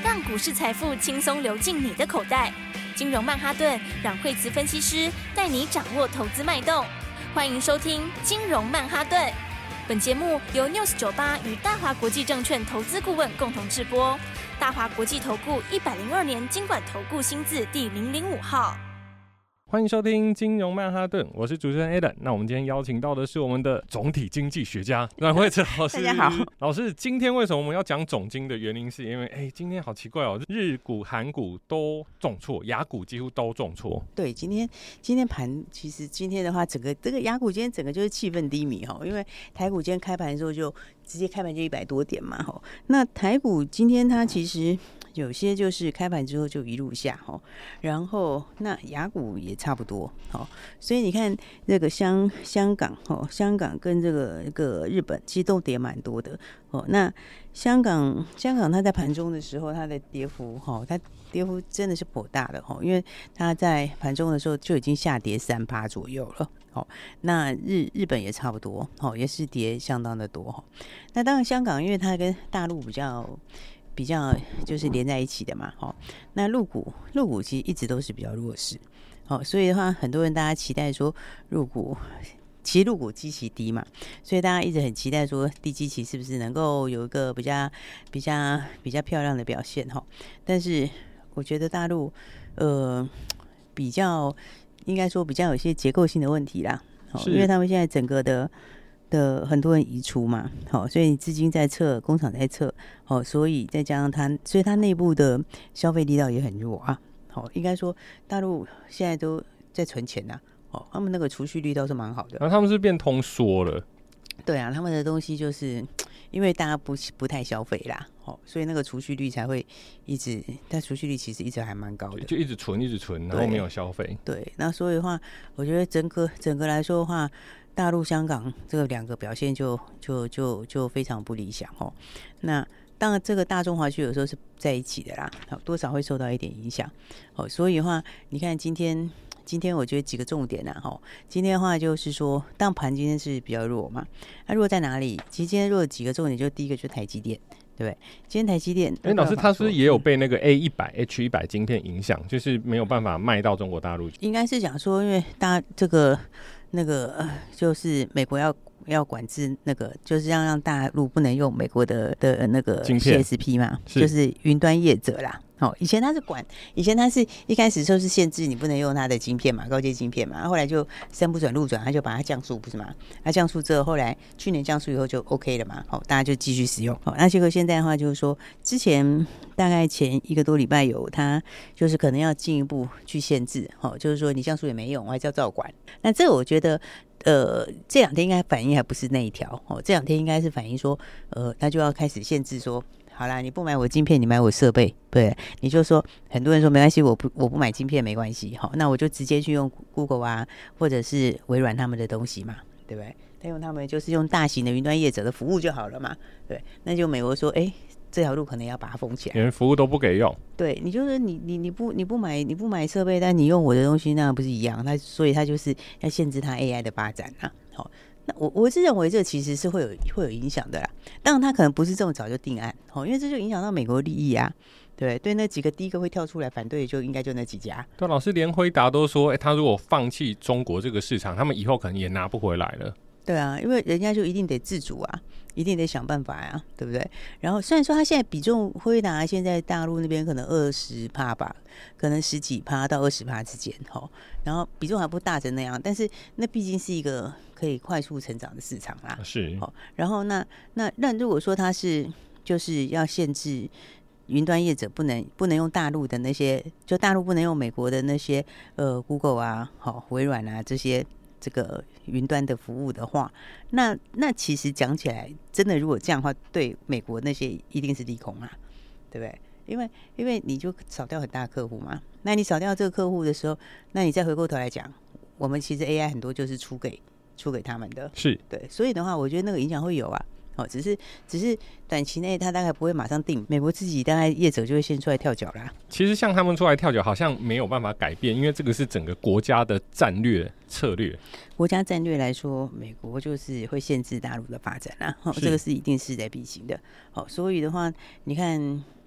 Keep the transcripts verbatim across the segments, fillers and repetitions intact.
让股市财富轻松流进你的口袋。金融曼哈顿让惠慈分析师带你掌握投资脉动。欢迎收听金融曼哈顿。本节目由 News 九十八与大华国际证券投资顾问共同制播。大华国际投顾一百零二年金管投顾新字第零零五号。 欢迎收听金融曼哈顿，我是主持人 Adam。那我们今天邀请到的是我们的总体经济学家阮惠慈老师。 大家好， 老师，今天为什么我们要讲总经的原因，是因为哎，今天好奇怪哦，日股、韩股都重挫，亚股几乎都重挫。 对，今天今天盘其实今天的话，整个这个亚股今天整个就是气氛低迷哈，因为台股今天开盘的时候就直接开盘就一百多点嘛哈。那台股今天它其实有些就是开盘之后就一路下哈，然后那亚股也差不多哈，所以你看这个香香港哈，香港跟这个这个日本其实都跌蛮多的哦。那香港香港它在盘中的时候，它的跌幅哈，它跌幅真的是颇大的哈，因为它在盘中的时候就已经下跌三趴左右了。哦，那日日本也差不多，哦，也是跌相当的多哈。那当然香港因为它跟大陆比较。比较就是连在一起的嘛，哦，那陆股陆股其实一直都是比较弱势，哦，所以的话，很多人大家期待说陆股，其实陆股基期低嘛，所以大家一直很期待说低基期是不是能够有一个比较比较比较漂亮的表现哈。但是我觉得大陆呃比较应该说比较有一些结构性的问题啦，哦，因为他们现在整个的。的很多人移出嘛，好，所以资金在撤，工厂在撤，好，所以再加上它，所以它内部的消费力道也很弱啊，好，应该说大陆现在都在存钱呐，哦，他们那个储蓄率倒是蛮好的， 然后他们是变通缩了， 对啊，他们的东西就是因为大家不不太消费啦，哦，所以那个储蓄率才会一直，但储蓄率其实一直还蛮高的， 就一直存一直存，然后没有消费， 对，那所以的话，我觉得整个整个来说的话。大陆、香港这个两个表现就就就就非常不理想哦。那当然，这个大中华区有时候是在一起的啦，多少会受到一点影响哦。所以的话，你看今天今天我觉得几个重点啊，哈，今天的话就是说，当盘今天是比较弱嘛，那弱在哪里？其实今天弱几个重点，就第一个就是台积电。对不对？今天台积电， 哎，老师，他是不是也有被那个 A 一百、H 一百晶片影响，就是没有办法卖到中国大陆？ 应该是讲说，因为大家这个那个、呃、就是美国要要管制那个，就是要让大陆不能用美国的的那个 C S P 嘛，就是云端业者啦。哦，以前他是管，以前他是一开始就是限制你不能用他的晶片嘛，高阶晶片嘛，后来就山不转路转，他就把它降速，不是吗？他降速之后，后来去年降速以后就 OK 了嘛，好，大家就继续使用。好，那结果现在的话就是说，之前大概前一个多礼拜有他就是可能要进一步去限制，好，就是说你降速也没用，我还是要照管。那这个我觉得。呃，这两天应该反应还不是那一条哦，这两天应该是反映说，呃，他就要开始限制说，好啦，你不买我晶片，你买我设备，对，你就说很多人说没关系，我不我不买晶片没关系，好，那我就直接去用 Google 啊，或者是微软他们的东西嘛，对不对？他用他们就是用大型的云端业者的服务就好了嘛，对，那就美国说，哎。这条路可能要把它封起来， 连服务都不给用。 对，你就是你你你不你不买你不买设备，但你用我的东西，那不是一样？那所以它就是要限制它 A I 的发展啊。好，那我我是认为这其实是会有会有影响的啦。当然，它可能不是这么早就定案，哦，因为这就影响到美国利益啊。对对，那几个第一个会跳出来反对，就应该就那几家。 对，老师连辉达都说，哎、欸，他如果放弃中国这个市场，他们以后可能也拿不回来了。 对啊，因为人家就一定得自主啊，一定得想办法呀、啊，对不对？然后虽然说他现在比重辉达现在大陆那边可能二十趴吧，可能十几趴到二十趴之间，哈，然后比重还不大成那样，但是那毕竟是一个可以快速成长的市场啦， 是。 然后那那那如果说他是就是要限制云端业者不能不能用大陆的那些，就大陆不能用美国的那些呃 Google 啊，好微软啊这些。这个云端的服务的话，那那其实讲起来，真的如果这样的话，对美国那些一定是利空啊，对不对？因为因为你就少掉很大的客户嘛，那你少掉这个客户的时候，那你再回过头来讲，我们其实 A I 很多就是出给出给他们的， 是对，所以的话，我觉得那个影响会有啊。哦，只是只是短期内他大概不会马上定，美国自己大概业者就会先出来跳脚啦。 其实像他们出来跳脚，好像没有办法改变，因为这个是整个国家的战略策略。 国家战略来说，美国就是会限制大陆的发展啦，哦，这个是一定势在必行的。哦，所以的话，你看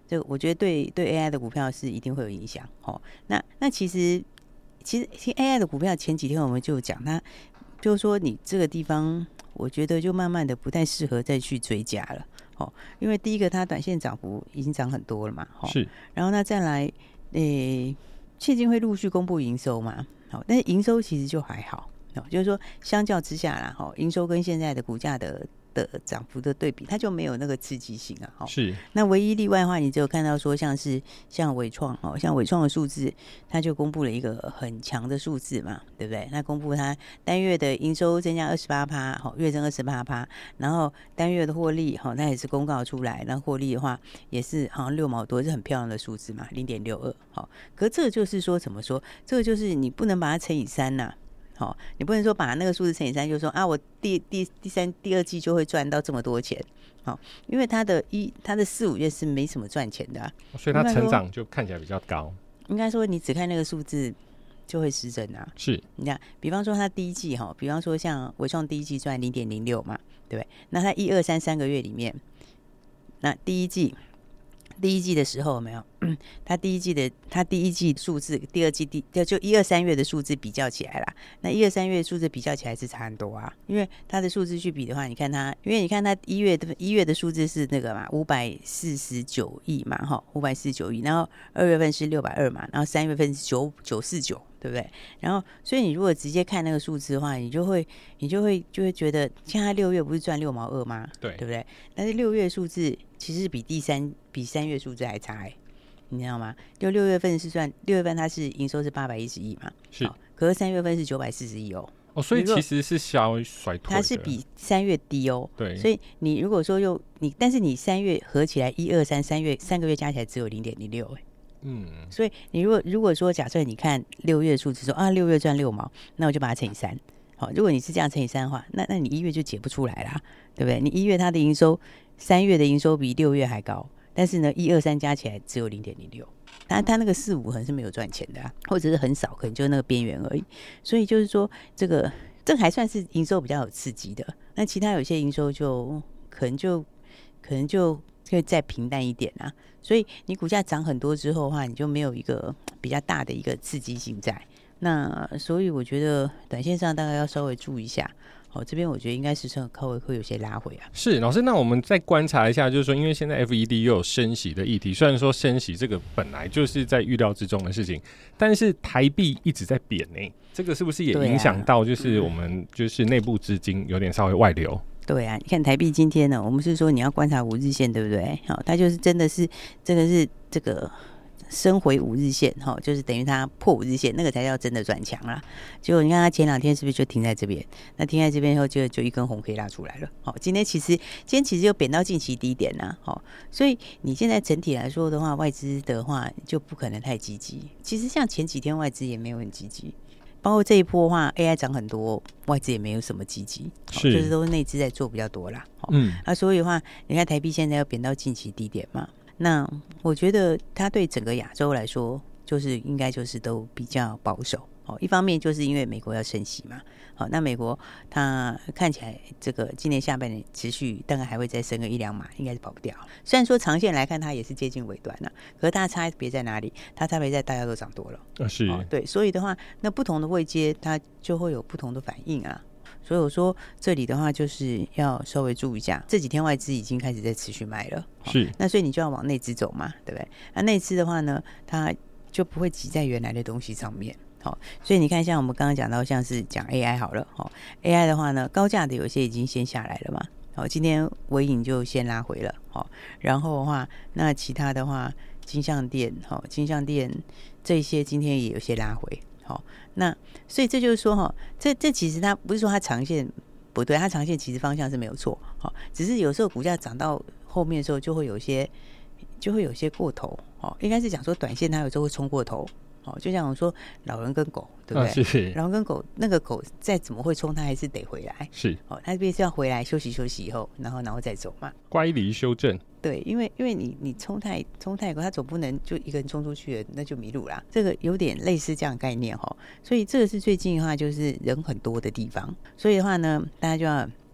这个我觉得对对 A I 的股票是一定会有影响。哦，那那其实其实其实 A I 的股票前几天我们就讲，它就是说你这个地方，我觉得就慢慢的不太适合再去追加了。哦，因为第一个它短线涨幅已经涨很多了嘛。哦，是，然后呢再来，诶，迄今会陆续公布营收嘛。好，但是营收其实就还好。哦，就是说相较之下啦，哦，营收跟现在的股价的的涨幅的对比，它就没有那个刺激性啊。哦，是。那唯一例外的话，你只有看到说像是像伟创哦，像伟创的数字，它就公布了一个很强的数字嘛，对不对？那公布它单月的营收增加二十八趴，好，月增二十八趴，然后单月的获利，好，它也是公告出来，那获利的话也是好像六毛多，是很漂亮的数字嘛，零点六二，好。可是这个就是说怎么说？这个就是你不能把它乘以三呐。好，你不能说把那个数字乘以三，就说啊，我第第第三第二季就会赚到这么多钱。好，因为它的一它的四五月是没什么赚钱的。啊， 所以它成长就看起来比较高。 应该说你只看那个数字就会失真啊。是，你看，比方说它第一季哈，比方说像伟创第一季赚零点零六嘛，对不对？那它一二三三个月里面，那第一季。第一季的时候有没有？嗯，他第一季的他第一季数字，第二季第就一二三月的数字比较起来啦，那一二三月的数字比较起来是差很多啊。因为他的数字去比的话，你看他，因为你看他一月的一月的数字是那个嘛，五百四十九亿嘛，哈，五百四十九亿，然后二月份是六百二嘛，然后三月份是九九四九。对不对？然后，所以你如果直接看那个数字的话，你就会，你就会，就会觉得，像他六月不是赚六毛二吗？对，对不对？但是六月数字其实比第三、比三月数字还差，欸，你知道吗？就六月份是赚，六月份它是营收是八百一十亿嘛，是，可是三月份是九百四十亿哦。 哦，所以其实是稍微衰退的， 它是比三月低哦。对，所以你如果说又你，但是你三月合起来一二三三月三个月加起来只有零点零六，哎。嗯，所以你如果如果说假设你看六月数字说啊六月赚六毛，那我就把它乘以三。好，如果你是这样乘以三的话，那那你一月就解不出来啦，对不对？你一月它的营收，三月的营收比六月还高，但是呢一二三加起来只有零点零六，但它那个四五可能是没有赚钱的啊，或者是很少，可能就是那个边缘而已。所以就是说这个这个还算是营收比较有刺激的，那其他有些营收就可能就可能就会再平淡一点啊。所以你股价涨很多之后的话，你就没有一个比较大的一个刺激性在。那所以我觉得短线上大概要稍微注意一下。好，这边我觉得应该是稍微会有些拉回啊。 是，老师，那我们再观察一下，就是说，因为现在 F E D 又有升息的议题，虽然说升息这个本来就是在预料之中的事情，但是台币一直在贬呢，这个是不是也影响到就是我们就是内部资金有点稍微外流？ 对啊，你看台币今天呢，我们是说你要观察五日线，对不对？好，它就是真的是这个是这个升回五日线，哈，就是等于它破五日线，那个才叫真的转强啦。结果你看它前两天是不是就停在这边？那停在这边以后就就一根红 K 拉出来了。好，今天其实今天其实又贬到近期低点啦。好，所以你现在整体来说的话，外资的话就不可能太积极。其实像前几天外资也没有很积极。包括这一波的话 ，A I 涨很多，外资也没有什么积极，是就是都是内资在做比较多啦。嗯，啊，所以的话，你看台币现在要贬到近期低点嘛，那我觉得它对整个亚洲来说，就是应该就是都比较保守。哦，一方面就是因为美国要升息嘛，好，那美国它看起来这个今年下半年持续大概还会再升个一两码，应该是跑不掉。虽然说长线来看它也是接近尾端了，可是它差别在哪里？它差别在大家都涨多了， 啊是、 哦，对，所以的话，那不同的位阶它就会有不同的反应啊。所以我说这里的话就是要稍微注意一下，这几天外资已经开始在持续卖了，是、哦，那所以你就要往内资走嘛，对不对？那内资的话呢，它就不会挤在原来的东西上面。好，所以你看，像我们刚刚讲到，像是讲 A I 好了，好 ，A I 的话呢，高价的有些已经先下来了嘛，好，今天微影就先拉回了，好，然后的话，那其他的话，金像电，好，金像电这些今天也有些拉回，好，那所以这就是说，哈，这这其实它不是说它长线不对，它长线其实方向是没有错，好，只是有时候股价涨到后面的时候，就会有些就会有些过头，好，应该是讲说短线它有时候会冲过头。哦，就像我说，老人跟狗，对不对？啊、是老人跟狗，那个狗再怎么会冲，它还是得回来。是，哦，它这边是要回来休息休息以后，然后然后再走嘛。 乖离修正。 对，因为因为你你冲太冲太快，它总不能就一个人冲出去了，那就迷路啦。这个有点类似这样的概念哈。所以这个是最近的话，就是人很多的地方，所以的话呢，大家就要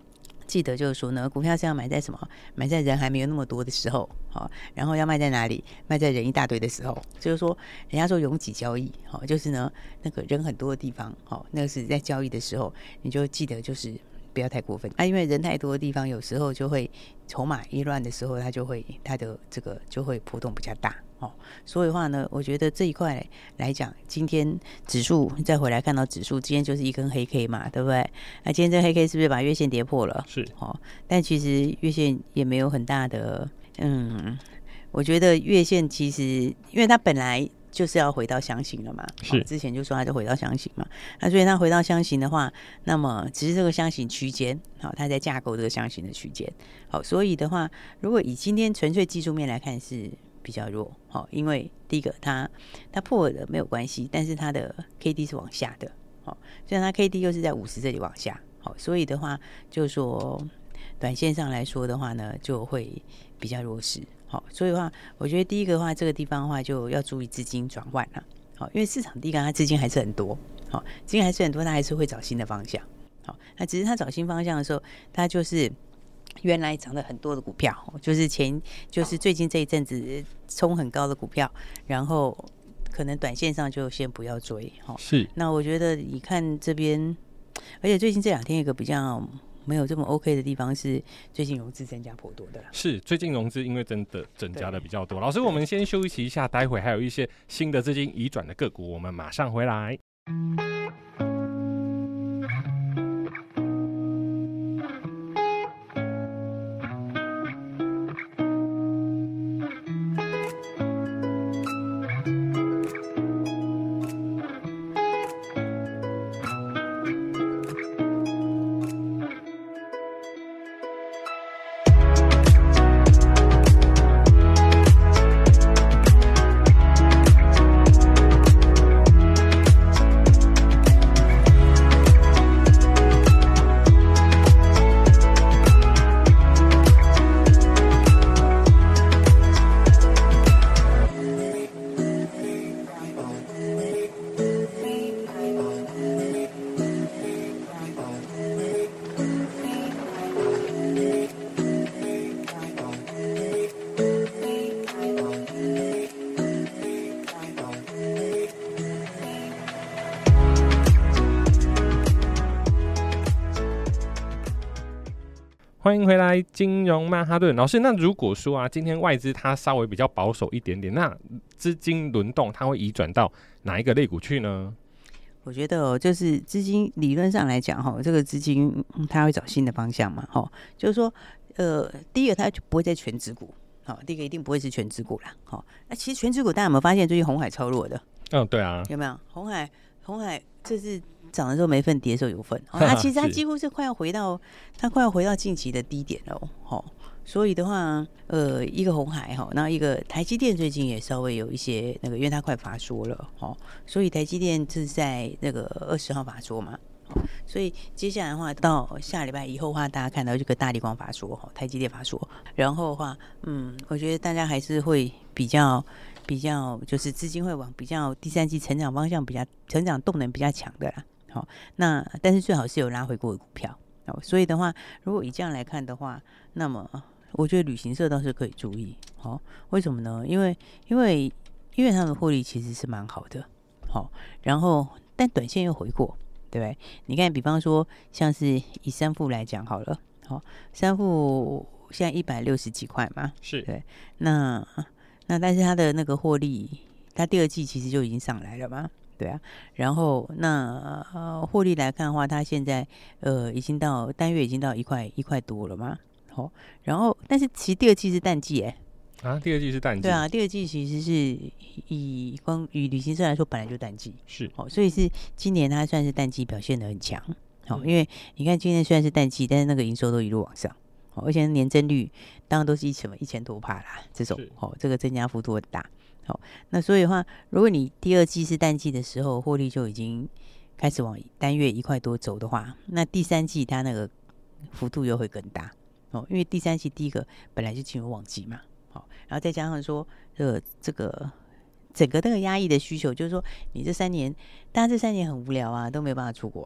记得就是说呢，股票是要买在什么？买在人还没有那么多的时候，好，然后要卖在哪里？卖在人一大堆的时候，就是说，人家说拥挤交易，好，就是呢，那个人很多的地方，好，那个是在交易的时候，你就记得就是不要太过分啊，因为人太多的地方，有时候就会筹码一乱的时候，它就会它的这个就会波动比较大。哦，所以的话呢，我觉得这一块来讲，今天指数再回来看到指数，今天就是一根黑 K 嘛，对不对？那今天这黑 K 是不是把月线跌破了？ 是， 哦，但其实月线也没有很大的，嗯，我觉得月线其实，因为它本来就是要回到箱型了嘛， 是、 哦、之前就说它就回到箱型嘛，那所以它回到箱型的话，那么只是这个箱型区间，好、哦，它在架构这个箱型的区间，好、哦，所以的话，如果以今天纯粹技术面来看是比较弱，好，因为第一个它它破了没有关系，但是它的 K D 是往下的，好，虽然它 K D 又是在五十这里往下，好，所以的话就是说短线上来说的话呢，就会比较弱势，好，所以的话，我觉得第一个的话，这个地方的话就要注意资金转换了，好，因为市场第一个它资金还是很多，好，资金还是很多，它还是会找新的方向，好，那只是它找新方向的时候，它就是原来涨了很多的股票，就是前就是最近这一阵子冲很高的股票，然后可能短线上就先不要追。 是， 那我觉得你看这边，而且最近这两天一个比较没有这么 OK 的地方是，最近融资增加颇多的。 是，最近融资因为真的增加的比较多。老师，我们先休息一下，待会还有一些新的资金移转的个股，我们马上回来。欢迎回来，金融曼哈顿老师。那如果说啊，今天外资它稍微比较保守一点点，那资金轮动它会移转到哪一个类股去呢？ 我觉得哦，就是资金理论上来讲哈，这个资金它会找新的方向嘛，哈，就是说，呃，第一个它就不会在全指股，好，第一个一定不会是全指股啦，好，那其实全指股大家有没有发现最近鸿海超弱的？ 嗯，对啊， 有没有鸿海？鸿海这是涨的时候没份，跌的时候有份。哦，它其实它几乎是快要回到，它快要回到近期的低点了哦。所以的话，呃，一个鸿海哈，那一个台积电最近也稍微有一些那个，因为它快法说了哦，所以台积电是在那个二十号法说嘛。所以接下来的话，到下礼拜以后的话，大家看到这个大立光法说哈，台积电法说，然后的话，嗯，我觉得大家还是会比较。比较就是资金会往比较第三季成长方向比较成长动能比较强的啦，好、哦，那但是最好是有拉回过的股票，哦，所以的话，如果以这样来看的话，那么我觉得旅行社倒是可以注意，哦，为什么呢？因为因为因为他们的获利其实是蛮好的，好、哦，然后但短线又回过，对不对？你看，比方说像是以三富来讲好了，好、哦，三富现在一百六十几块嘛， 是对，那。那但是它的那个获利，它第二季其实就已经上来了嘛，对啊。然后那呃获利来看的话，它现在呃已经到单月已经到一块一块多了嘛，好、哦。然后但是其实第二季是淡季哎， 啊，第二季是淡季， 对啊，第二季其实是以光以旅行社来说本来就淡季， 是哦，所以是今年它算是淡季表现得很强，好、哦，因为你看今年虽然是淡季，但是那个营收都一路往上。而且年增率当然都是一什么一千多趴啦，这种哦，这个增加幅度很大。好、哦，那所以的话，如果你第二季是淡季的时候，获利就已经开始往单月一块多走的话，那第三季它那个幅度又会更大哦，因为第三季第一个本来就进入旺季嘛，好、哦，然后再加上说呃这个整个那个压抑的需求，就是说你这三年，大家这三年很无聊啊，都没有办法出国啊。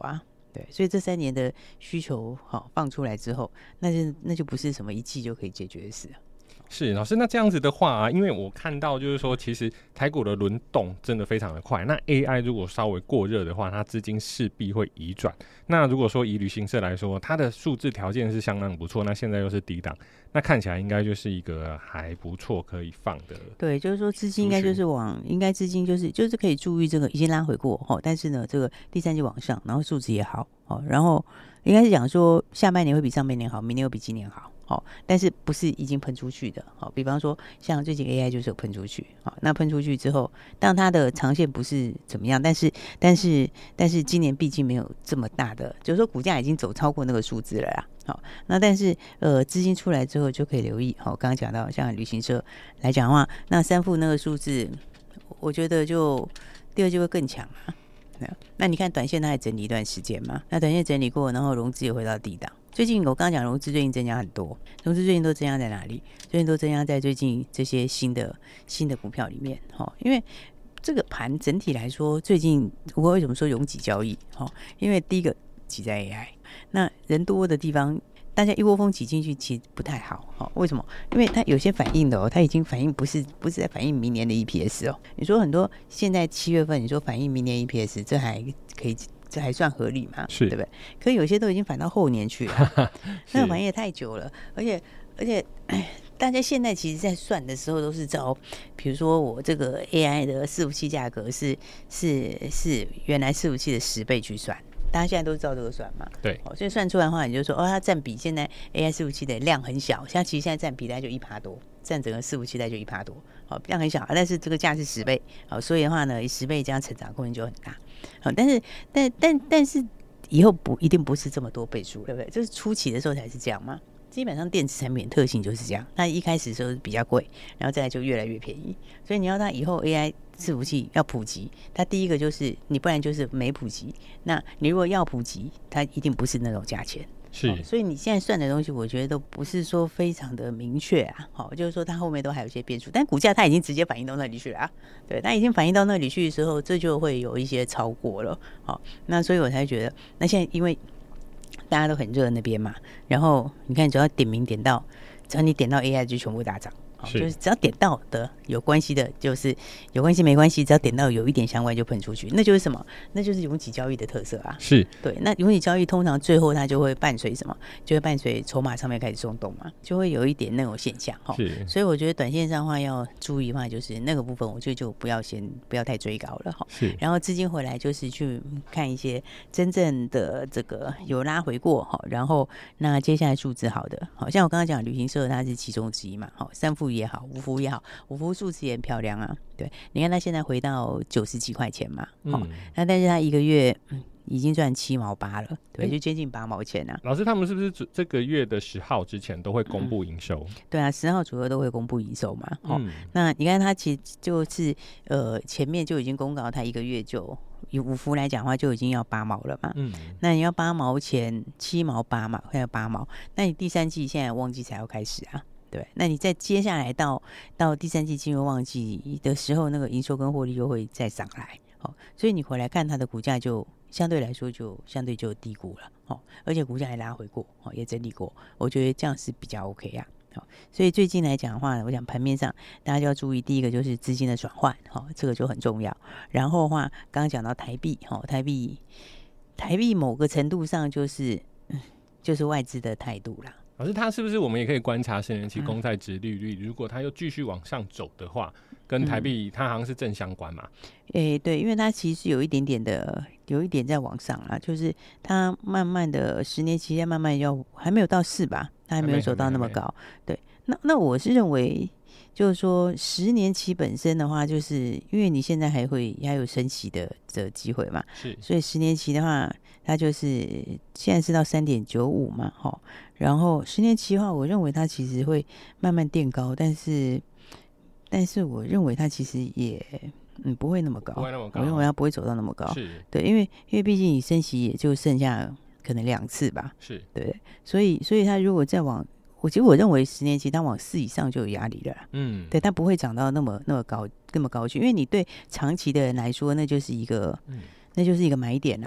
对，所以这三年的需求好放出来之后，那就那就不是什么一季就可以解决的事。 是老师，那这样子的话啊，因为我看到就是说，其实台股的轮动真的非常的快。那 A I 如果稍微过热的话，它资金势必会移转。那如果说以旅行社来说，它的数字条件是相当不错，那现在又是低档，那看起来应该就是一个还不错可以放的。 对，就是说资金应该就是往，应该资金就是就是可以注意这个已经拉回过哈，但是呢，这个第三季往上，然后数值也好哦，然后应该是讲说下半年会比上半年好，明年会比今年好。哦，但是不是已经喷出去的？好、哦，比方说像最近 A I 就是有喷出去，好、哦，那喷出去之后，当然它的长线不是怎么样，但是但是但是今年毕竟没有这么大的，就是说股价已经走超过那个数字了啦。好、哦，那但是呃资金出来之后就可以留意。好、哦，刚刚讲到像旅行社来讲的话，那三富那个数字，我觉得就第二季会更强啊。那你看短线它还整理一段时间嘛？那短线整理过，然后融资也回到低档。最近我刚刚讲融资最近增加很多，融资最近都增加在哪里？最近都增加在最近这些新的新的股票里面，哈，因为这个盘整体来说，最近我为什么说拥挤交易？哈，因为第一个挤在 A I， 那人多的地方。大家一窝蜂挤进去，其实不太好、哦、为什么？因为它有些反应的哦，它已经反应不是不是在反映明年的 E P S 哦。你说很多现在七月份，你说反映明年 E P S， 这还可以，这还算合理嘛？ 是， 对不对？可有些都已经反到后年去了，那个反应也太久了，而且而且，哎，大家现在其实在算的时候都是照，比如说我这个 A I 的伺服器价格是是是原来伺服器的十倍去算。大家现在都照这个算嘛？ 对、 哦，所以算出来的话，你就说哦，它占比现在 A I 伺服器的量很小，像其实现在占比大概就一趴多，占整个伺服器大概就一趴多，好、哦，量很小，但是这个价是十倍，好、哦，所以的话呢，十倍这样成长空间就很大，好、哦，但是但但但是以后不一定不是这么多倍数，对不对？就是初期的时候才是这样嘛。基本上电子产品的特性就是这样，它一开始的时候比较贵，然后再来就越来越便宜。所以你要它以后 A I 伺服器要普及，它第一个就是你，不然就是没普及。那你如果要普及，它一定不是那种价钱。 是、 哦，所以你现在算的东西，我觉得都不是说非常的明确啊。好、哦，就是说它后面都还有一些变数，但股价它已经直接反映到那里去了啊。对，它已经反映到那里去的时候，这就会有一些超过了。好、哦，那所以我才觉得，那现在因为大家都很热那边嘛，然后你看，只要点名点到，只要你点到 A I 就全部大涨。是就是只要点到的有关系的，就是有关系没关系，只要点到有一点相关就喷出去，那就是什么？那就是拥挤交易的特色啊。 是， 对。那拥挤交易通常最后它就会伴随什么？就会伴随筹码上面开始松动嘛，就会有一点那种现象哈。是。所以我觉得短线上的话要注意的话，就是那个部分，我觉得就不要先不要太追高了哈。是。然后资金回来就是去看一些真正的这个有拉回过哈，然后那接下来数值好的，好像我刚刚讲旅行社它是其中之一嘛，好，三富也好，五福也好，五福数字也很漂亮啊。对，你看它现在回到九十几块钱嘛，嗯、哦，那但是它一个月、嗯、已经赚七毛八了，对，就接近八毛钱啊。 老师，他们是不是这个月的十号之前都会公布营收、嗯？ 对啊，十号左右都会公布营收嘛。哦、嗯，那你看它其实就是呃前面就已经公告，它一个月就以五福来讲的话，就已经要八毛了嘛。嗯，那你要八毛钱，七毛八嘛，还有八毛，那你第三季现在旺季才要开始啊。对，那你在接下来到到第三季进入旺季的时候，那个营收跟获利又会再上来，哦，所以你回来看它的股价就相对来说就相对就低估了，哦，而且股价也拉回过，哦，也整理过，我觉得这样是比较 OK 啊，好、哦，所以最近来讲的话，我想盘面上大家就要注意，第一个就是资金的转换，哦，这个就很重要，然后的话刚刚讲到台币，哦，台币台币某个程度上就是、嗯、就是外资的态度啦。 老师，它是不是我们也可以观察十年期公债殖利率、嗯？如果它又继续往上走的话，跟台币它好像是正相关嘛？ 诶、欸，对，因为它其实有一点点的，有一点在往上啦，就是它慢慢的十年期慢慢要还没有到四吧，它还没有走到那么高。对，那那我是认为，就是说十年期本身的话，就是因为你现在还会还有升息的的机会嘛，是，所以十年期的话，它就是现在是到三点九五嘛，哈。然后十年期的话，我认为它其实会慢慢垫高，但是，但是我认为它其实也嗯不会那么高， 不会那么高， 我认为它不会走到那么高， 是对，因为因为毕竟你升息也就剩下可能两次吧， 是对，所以所以它如果再往，我其实我认为十年期它往四以上就有压力了啦，嗯，对，它不会涨到那么那么高那么高去，因为你对长期的人来说，那就是一个、嗯、那就是一个买点啦。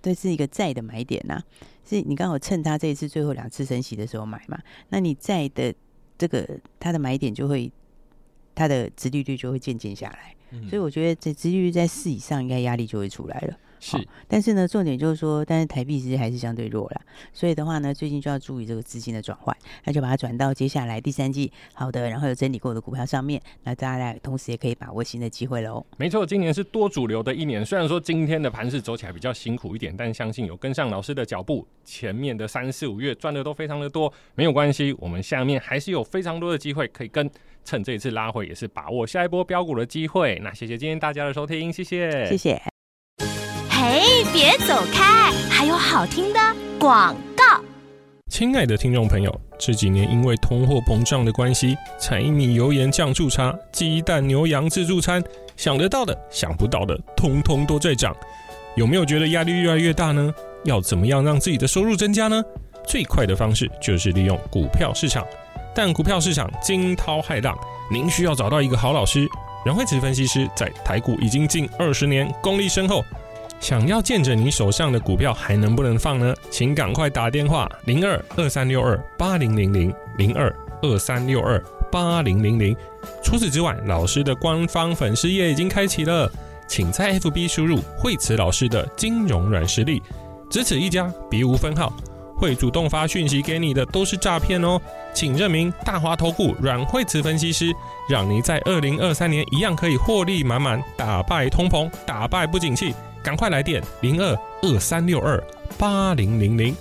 这是一个债的买点呐、啊，是你刚好趁它这一次最后两次升息的时候买嘛，那你债的这个它的买点就会，它的殖利率就会渐渐下来，嗯、所以我觉得这殖利率在四以上，应该压力就会出来了。 是， 但是呢，重点就是说，但是台币其实还是相对弱啦，所以的话呢，最近就要注意这个资金的转换，那就把它转到接下来第三季好的，然后有整理过的股票上面，那大家同时也可以把握新的机会喽。 没错，今年是多主流的一年，虽然说今天的盘势走起来比较辛苦一点，但相信有跟上老师的脚步，前面的三四五月赚的都非常的多，没有关系，我们下面还是有非常多的机会可以跟。趁这一次拉回，也是把握下一波标股的机会。那谢谢今天大家的收听，谢谢， 谢谢。 嘿，别走开，还有好听的广告。 亲爱的听众朋友，这几年因为通货膨胀的关系，柴米油盐酱醋茶、鸡蛋牛羊自助餐，想得到的、想不到的，通通都在涨。有没有觉得压力越来越大呢？要怎么样让自己的收入增加呢？最快的方式就是利用股票市场。但股票市场惊涛骇浪，您需要找到一个好老师。阮慧慈分析师在台股已经近二十年，功力深厚。想要见证你手上的股票还能不能放呢？请赶快打电话零二二三六二八零零零零二二三六二八零零零。除此之外，老师的官方粉丝页已经开启了，请在 F B 输入慧慈老师的金融软实力，只此一家，别无分号。会主动发讯息给你的都是诈骗哦，请认明大华投顾阮慧慈分析师，让你在二零二三年一样可以获利满满，打败通膨，打败不景气，赶快来电零二二三六二八零零零。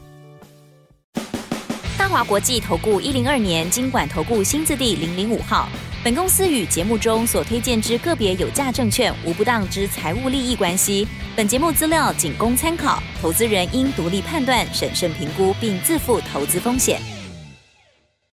大华国际投顾一零二年金管投顾新字第零零五号。本公司与节目中所推荐之个别有价证券无不当之财务利益关系。本节目资料仅供参考，投资人应独立判断、审慎评估，并自负投资风险。